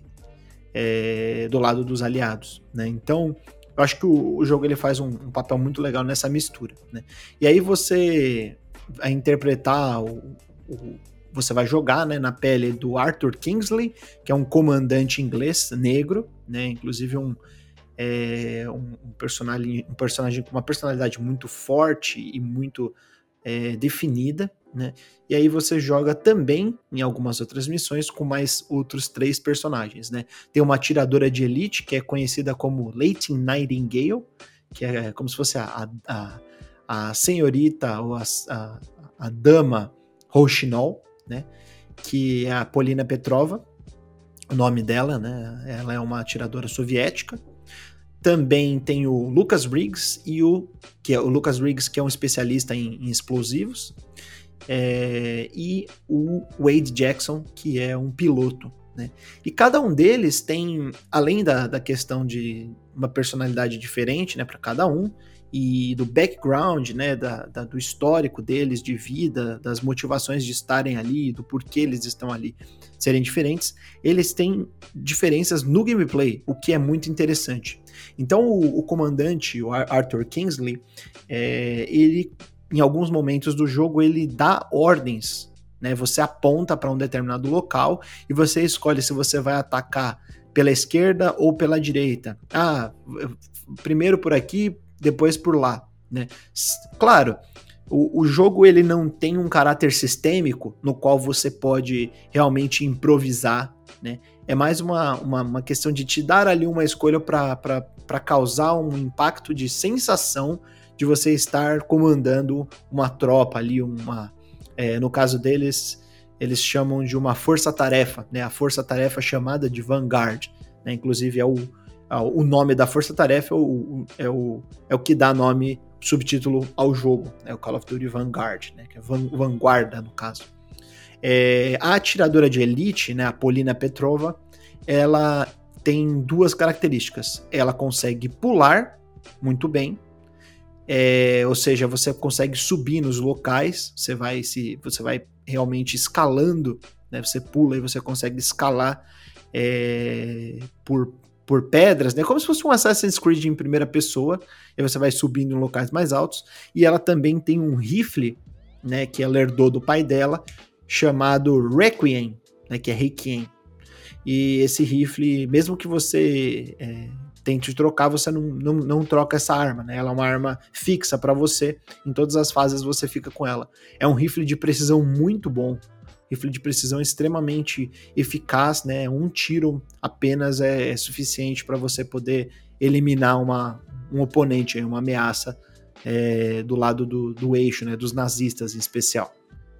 é, do lado dos aliados, né? Então eu acho que o, o jogo ele faz um, um papel muito legal nessa mistura, né? E aí você vai interpretar o, o, você vai jogar, né, na pele do Arthur Kingsley, que é um comandante inglês negro, né? Inclusive um é, um, um, personagem, um personagem com uma personalidade muito forte e muito é, definida, né? E aí você joga também em algumas outras missões com mais outros três personagens, né? Tem uma atiradora de elite que é conhecida como Lady Nightingale, que é como se fosse a, a, a senhorita ou a, a, a dama Rochinol, né? Que é a Polina Petrova, o nome dela, né? Ela é uma atiradora soviética. Também tem o Lucas Riggs, e o, que é, o Lucas Riggs, que é um especialista em, em explosivos. É, e o Wade Jackson, que é um piloto, né? E cada um deles tem, além da, da questão de uma personalidade diferente, né, para cada um, e do background, né, da, da, do histórico deles de vida, das motivações de estarem ali, do porquê eles estão ali serem diferentes, eles têm diferenças no gameplay, o que é muito interessante. Então o, o comandante, o Arthur Kingsley, é, ele em alguns momentos do jogo ele dá ordens, né? Você aponta para um determinado local e você escolhe se você vai atacar pela esquerda ou pela direita. Ah, primeiro por aqui, depois por lá, né? Claro, o, o jogo ele não tem um caráter sistêmico no qual você pode realmente improvisar, né? É mais uma, uma, uma questão de te dar ali uma escolha para causar um impacto de sensação de você estar comandando uma tropa ali, uma, é, no caso deles, eles chamam de uma força-tarefa, né? A força-tarefa chamada de Vanguard, né? Inclusive é o, o nome da força-tarefa é o, é, o, é o que dá nome, subtítulo ao jogo, né? O Call of Duty Vanguard, né? Que é van, vanguarda no caso. É, a atiradora de elite, né? A Polina Petrova, ela tem duas características. Ela consegue pular muito bem. É, ou seja, você consegue subir nos locais, você vai, se, você vai realmente escalando, né? Você pula e você consegue escalar é, por, por pedras, né? Como se fosse um Assassin's Creed em primeira pessoa, e você vai subindo em locais mais altos. E ela também tem um rifle, né, que ela herdou do pai dela, chamado Requiem, né, que é Requiem. E esse rifle, mesmo que você é, tente trocar, você não, não, não troca essa arma, né? Ela é uma arma fixa para você, em todas as fases você fica com ela. É um rifle de precisão muito bom, rifle de precisão extremamente eficaz, né? Um tiro apenas é, é suficiente para você poder eliminar uma, um oponente, uma ameaça é, do lado do, do eixo, né? Dos nazistas em especial.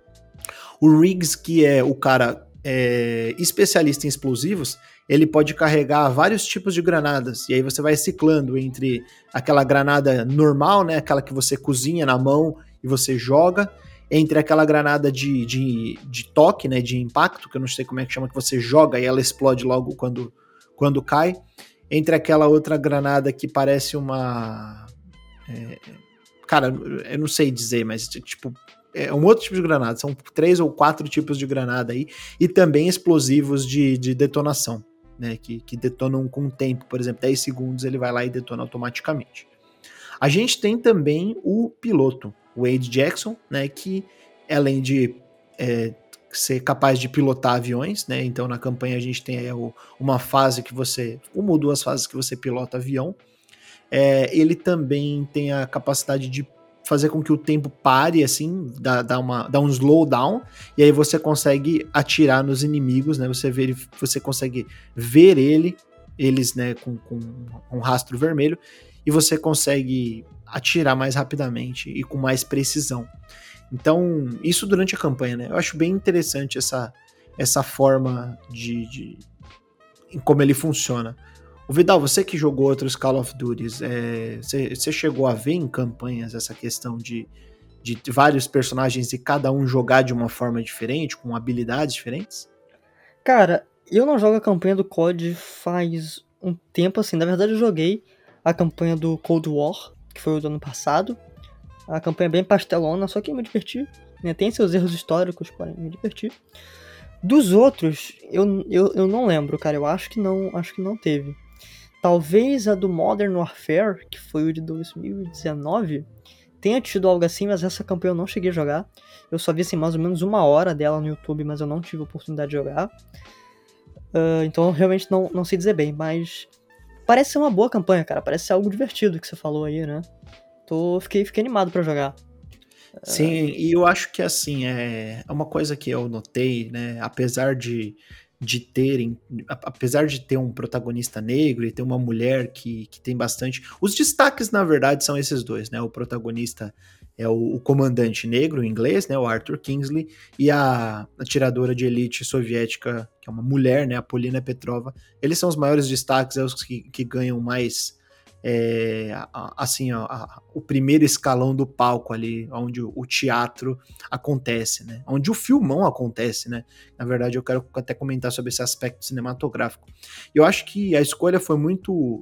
O Riggs, que é o cara é, especialista em explosivos, ele pode carregar vários tipos de granadas, e aí você vai ciclando entre aquela granada normal, né, aquela que você cozinha na mão e você joga, entre aquela granada de, de, de toque, né, de impacto, que eu não sei como é que chama, que você joga e ela explode logo quando, quando cai, entre aquela outra granada que parece uma... É, cara, eu não sei dizer, mas tipo... é um outro tipo de granada, são três ou quatro tipos de granada aí, e também explosivos de, de detonação, né, que, que detonam com o tempo, por exemplo, dez segundos ele vai lá e detona automaticamente. A gente tem também o piloto, o Wade Jackson, né, que além de é, ser capaz de pilotar aviões, né, então na campanha a gente tem aí uma fase que você, uma ou duas fases que você pilota avião, é, ele também tem a capacidade de fazer com que o tempo pare, assim, dá, dá, uma, dá um slowdown, e aí você consegue atirar nos inimigos, né, você, vê, você consegue ver ele, eles, né, com, com um rastro vermelho, e você consegue atirar mais rapidamente e com mais precisão. Então, isso durante a campanha, né, eu acho bem interessante essa, essa forma de, de em como ele funciona. O Vidal, você que jogou outros Call of Duties, é, você, você chegou a ver em campanhas essa questão de, de vários personagens e cada um jogar de uma forma diferente, com habilidades diferentes? Cara, eu não jogo a campanha do C O D faz um tempo, assim. Na verdade, eu joguei a campanha do Cold War, que foi o do ano passado. A campanha é bem pastelona, só que eu me diverti, né? Tem seus erros históricos, porém me diverti. Dos outros, eu, eu, eu não lembro, cara. Eu acho que não, acho que não teve. Talvez a do Modern Warfare, que foi o de dois mil e dezenove, tenha tido algo assim, mas essa campanha eu não cheguei a jogar. Eu só vi assim, mais ou menos uma hora dela no YouTube, mas eu não tive a oportunidade de jogar. Uh, então eu realmente não, não sei dizer bem, mas parece ser uma boa campanha, cara. Parece ser algo divertido que você falou aí, né? Tô, fiquei, fiquei animado pra jogar. Sim, e eu acho que assim, é, é uma coisa que eu notei, né? Apesar de, de terem, apesar de ter um protagonista negro e ter uma mulher que, que tem bastante. Os destaques, na verdade, são esses dois, né? O protagonista é o, o comandante negro em inglês, né? O Arthur Kingsley, e a atiradora de elite soviética, que é uma mulher, né? A Polina Petrova. Eles são os maiores destaques, é os que, que ganham mais. É, assim, ó, a, o primeiro escalão do palco ali, onde o, o teatro acontece, né? Onde o filmão acontece, né? Na verdade, eu quero até comentar sobre esse aspecto cinematográfico. Eu acho que a escolha foi muito...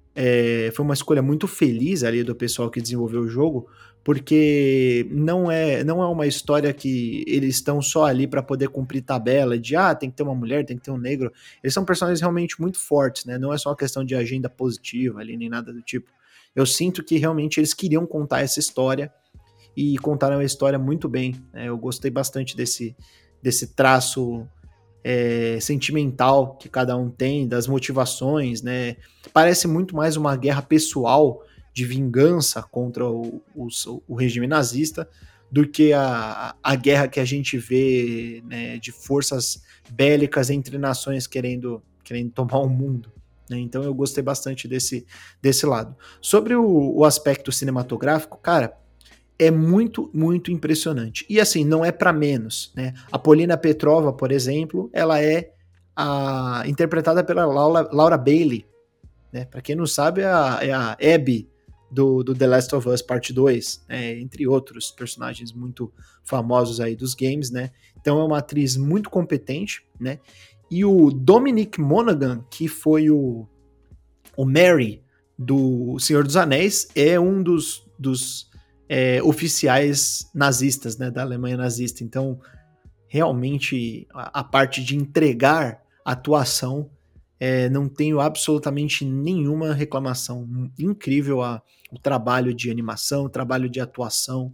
É, foi uma escolha muito feliz ali do pessoal que desenvolveu o jogo, porque não é, não é uma história que eles estão só ali para poder cumprir tabela de ah, tem que ter uma mulher, tem que ter um negro. Eles são personagens realmente muito fortes, né? Não é só uma questão de agenda positiva ali, nem nada do tipo. Eu sinto que realmente eles queriam contar essa história e contaram a história muito bem, né? Eu gostei bastante desse, desse traço É, sentimental que cada um tem, das motivações, né? Parece muito mais uma guerra pessoal de vingança contra o, o, o regime nazista do que a, a guerra que a gente vê, né, de forças bélicas entre nações querendo, querendo tomar o mundo. Né? Então eu gostei bastante desse, desse lado. Sobre o, o aspecto cinematográfico, cara, é muito, muito impressionante. E assim, não é para menos, né? A Polina Petrova, por exemplo, ela é a, interpretada pela Laura, Laura Bailey, né? Para quem não sabe, é a, é a Abby do, do The Last of Us Parte dois, né? Entre outros personagens muito famosos aí dos games, né? Então é uma atriz muito competente, né? E o Dominic Monaghan, que foi o, o Merry do Senhor dos Anéis, é um dos, dos É, oficiais nazistas, né, da Alemanha nazista. Então, realmente, a, a parte de entregar a atuação, é, não tenho absolutamente nenhuma reclamação. Incrível a, o trabalho de animação, o trabalho de atuação.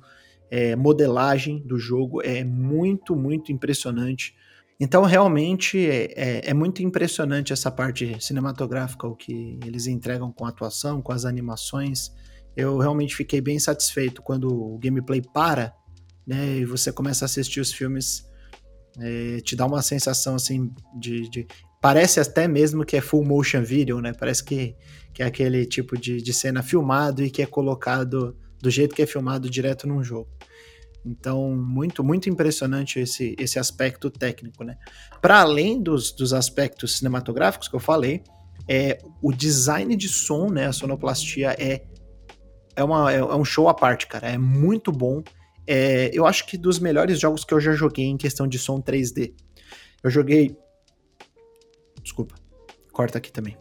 é, modelagem do jogo é muito, muito impressionante. Então, realmente, é, é, é muito impressionante essa parte cinematográfica, o que eles entregam com a atuação, com as animações. Eu realmente fiquei bem satisfeito quando o gameplay para, né, e você começa a assistir os filmes, é, te dá uma sensação, assim, de... de parece até mesmo que é full motion video, né? Parece que, que é aquele tipo de, de cena filmado e que é colocado do jeito que é filmado direto num jogo. Então, muito, muito impressionante esse, esse aspecto técnico, né? Para além dos, dos aspectos cinematográficos que eu falei, é, o design de som, né? A sonoplastia é, é, uma, é, é um show à parte, cara. É muito bom. É, eu acho que dos melhores jogos que eu já joguei em questão de som três D. Eu joguei... Desculpa, corta aqui também.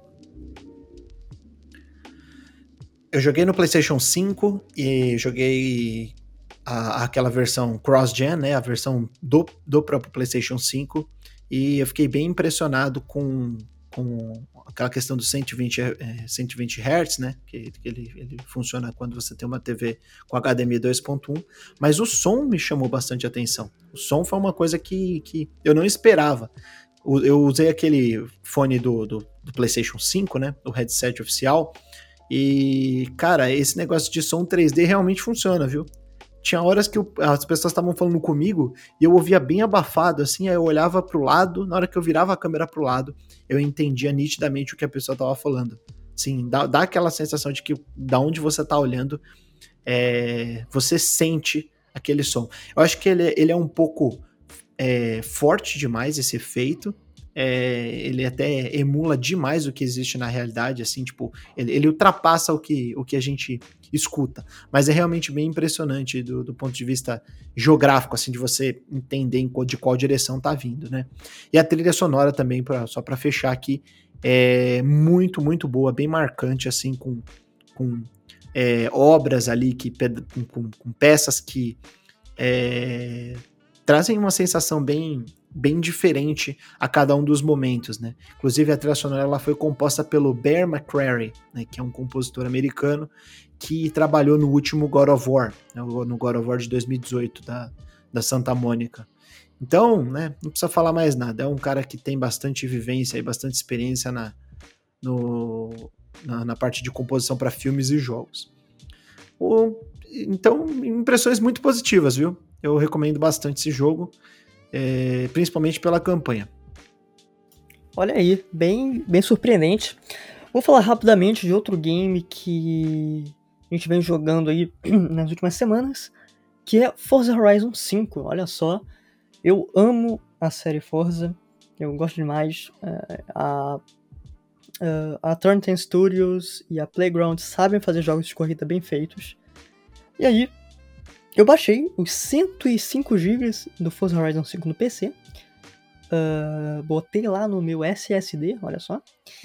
Eu joguei no PlayStation cinco e joguei a, aquela versão cross-gen, né, a versão do, do próprio PlayStation cinco, e eu fiquei bem impressionado com, com aquela questão do cento e vinte, é, cento e vinte Hz, né, que, que ele, ele funciona quando você tem uma T V com H D M I dois ponto um, mas o som me chamou bastante atenção. O som foi uma coisa que, que eu não esperava. Eu usei aquele fone do, do, do PlayStation cinco, né, o headset oficial, e, cara, esse negócio de som três D realmente funciona, viu? Tinha horas que eu, as pessoas estavam falando comigo e eu ouvia bem abafado, assim, aí eu olhava pro lado, na hora que eu virava a câmera pro lado, eu entendia nitidamente o que a pessoa tava falando. Sim, dá, dá aquela sensação de que da onde você tá olhando, é, você sente aquele som. Eu acho que ele, ele é um pouco é, forte demais, esse efeito. É, ele até emula demais o que existe na realidade, assim, tipo, ele, ele ultrapassa o que, o que a gente escuta, mas é realmente bem impressionante do, do ponto de vista geográfico, assim, de você entender em qual, de qual direção tá vindo, né? E a trilha sonora também, pra, só para fechar aqui, é muito, muito boa, bem marcante, assim, com, com é, obras ali, que, com, com, com peças que é, trazem uma sensação bem, bem diferente a cada um dos momentos, né? Inclusive a trilha sonora ela foi composta pelo Bear McCreary, né, que é um compositor americano que trabalhou no último God of War, né, no God of War de dois mil e dezoito da, da Santa Mônica. Então, né, não precisa falar mais nada, é um cara que tem bastante vivência e bastante experiência na, no, na, na parte de composição para filmes e jogos. O, então, impressões muito positivas, viu? Eu recomendo bastante esse jogo, é, principalmente pela campanha. Olha aí, bem, bem surpreendente. Vou falar rapidamente de outro game que a gente vem jogando aí nas últimas semanas, que é Forza Horizon cinco. Olha só, eu amo a série Forza, eu gosto demais. Uh, a, uh, a Turn dez Studios e a Playground sabem fazer jogos de corrida bem feitos. E aí, eu baixei os cento e cinco gigas do Forza Horizon cinco no P C, uh, botei lá no meu S S D, olha só,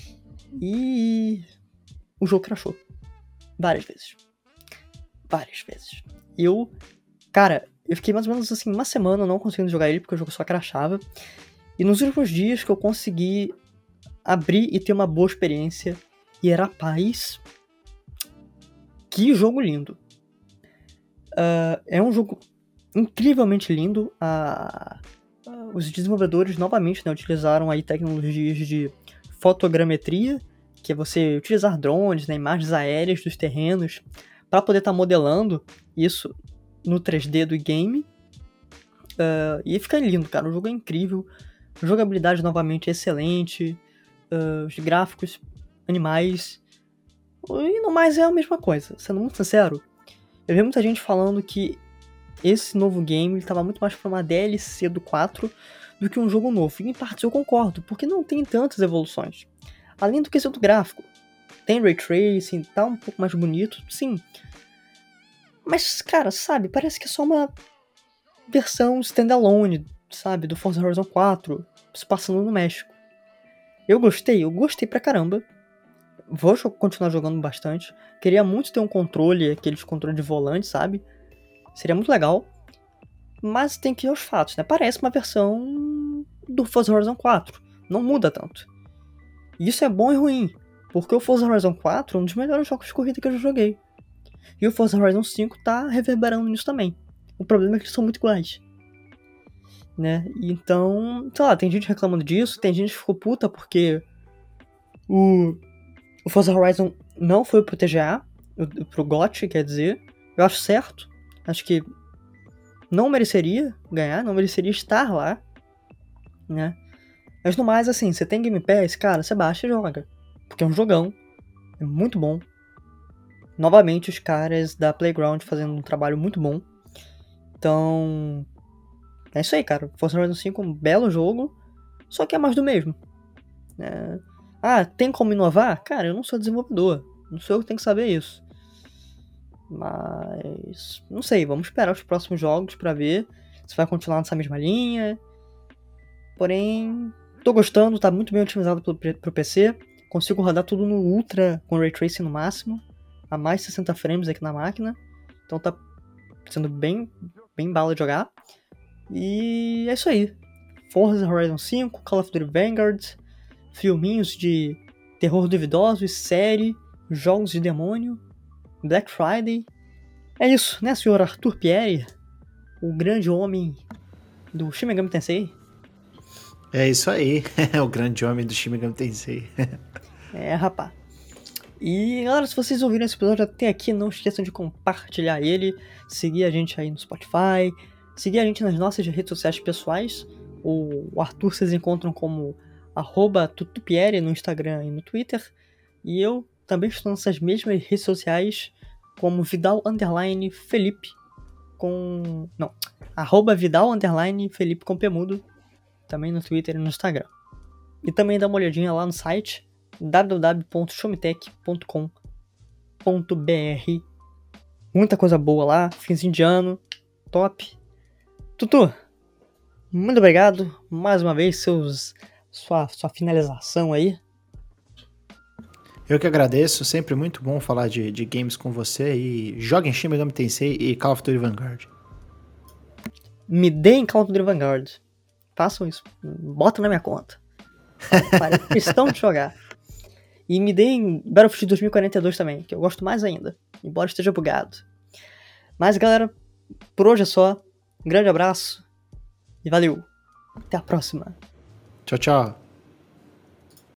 e o jogo crashou várias vezes. Várias vezes. Eu, cara, eu fiquei mais ou menos assim uma semana não conseguindo jogar ele porque o jogo só crashava. E nos últimos dias que eu consegui abrir e ter uma boa experiência, e era paz. Que jogo lindo. Uh, é um jogo incrivelmente lindo. Uh, uh, os desenvolvedores novamente, né, utilizaram aí tecnologias de fotogrametria, que é você utilizar drones, né, imagens aéreas dos terrenos, para poder estar tá modelando isso no três D do game. Uh, e fica lindo, cara. O jogo é incrível. A jogabilidade novamente é excelente. Uh, os gráficos, animais. E no mais é a mesma coisa. Sendo muito sincero, eu vi muita gente falando que esse novo game estava muito mais para uma D L C do quatro do que um jogo novo. E em parte eu concordo, porque não tem tantas evoluções. Além do quesito gráfico. Tem Ray Tracing, tá um pouco mais bonito, sim. Mas, cara, sabe, parece que é só uma versão standalone, sabe, do Forza Horizon quatro, se passando no México. Eu gostei, eu gostei pra caramba. Vou continuar jogando bastante. Queria muito ter um controle, aqueles controle de volante, sabe? Seria muito legal. Mas tem que ir aos fatos, né? Parece uma versão do Forza Horizon quatro. Não muda tanto. E isso é bom e ruim, porque o Forza Horizon quatro é um dos melhores jogos de corrida que eu já joguei. E o Forza Horizon cinco tá reverberando nisso também. O problema é que eles são muito iguais. Né? Então, sei lá, tem gente reclamando disso, tem gente que ficou puta porque o, o Forza Horizon não foi pro T G A, o- pro G O T, quer dizer. Eu acho certo. Acho que não mereceria ganhar, não mereceria estar lá, né? Mas no mais, assim, você tem Game Pass, cara, você baixa e joga. Porque é um jogão, é muito bom. Novamente, os caras da Playground fazendo um trabalho muito bom. Então, é isso aí, cara. Forza Horizon cinco é um belo jogo, só que é mais do mesmo. Né? Ah, tem como inovar? Cara, eu não sou desenvolvedor. Não sou eu que tenho que saber isso. Mas, não sei, vamos esperar os próximos jogos pra ver se vai continuar nessa mesma linha. Porém, tô gostando, tá muito bem otimizado pro, pro P C. Consigo rodar tudo no Ultra com Ray Tracing no máximo, a mais sessenta frames aqui na máquina. Então tá sendo bem, bem bala de jogar. E é isso aí. Forza Horizon cinco, Call of Duty Vanguard, filminhos de terror duvidoso, série, jogos de demônio, Black Friday. É isso, né, senhor Arthur Pierre? O grande homem do Shin Megami Tensei. É isso aí, é o grande homem do Shin Megami Tensei. É, rapá. E galera, se vocês ouviram esse episódio até aqui, não esqueçam de compartilhar ele, seguir a gente aí no Spotify, seguir a gente nas nossas redes sociais pessoais. O Arthur vocês encontram como arroba tutupieri no Instagram e no Twitter. E eu também estou nessas mesmas redes sociais como Vidal underline Felipe com... Não, arroba Vidal underline Felipe com P mudo, também no Twitter e no Instagram. E também dá uma olhadinha lá no site w w w ponto shomitech ponto com ponto b r. Muita coisa boa lá, finzinho de ano, top. Tutu, muito obrigado mais uma vez, seus, sua, sua finalização aí. Eu que agradeço, sempre muito bom falar de, de games com você e joguem Shin Megami Tensei e Call of Duty Vanguard. Me deem Call of Duty Vanguard. Façam isso, botam na minha conta. Parece questão de jogar. E me deem Battlefield dois mil e quarenta e dois também, que eu gosto mais ainda, embora esteja bugado. Mas galera, por hoje é só. Um grande abraço e valeu. Até a próxima. Tchau, tchau.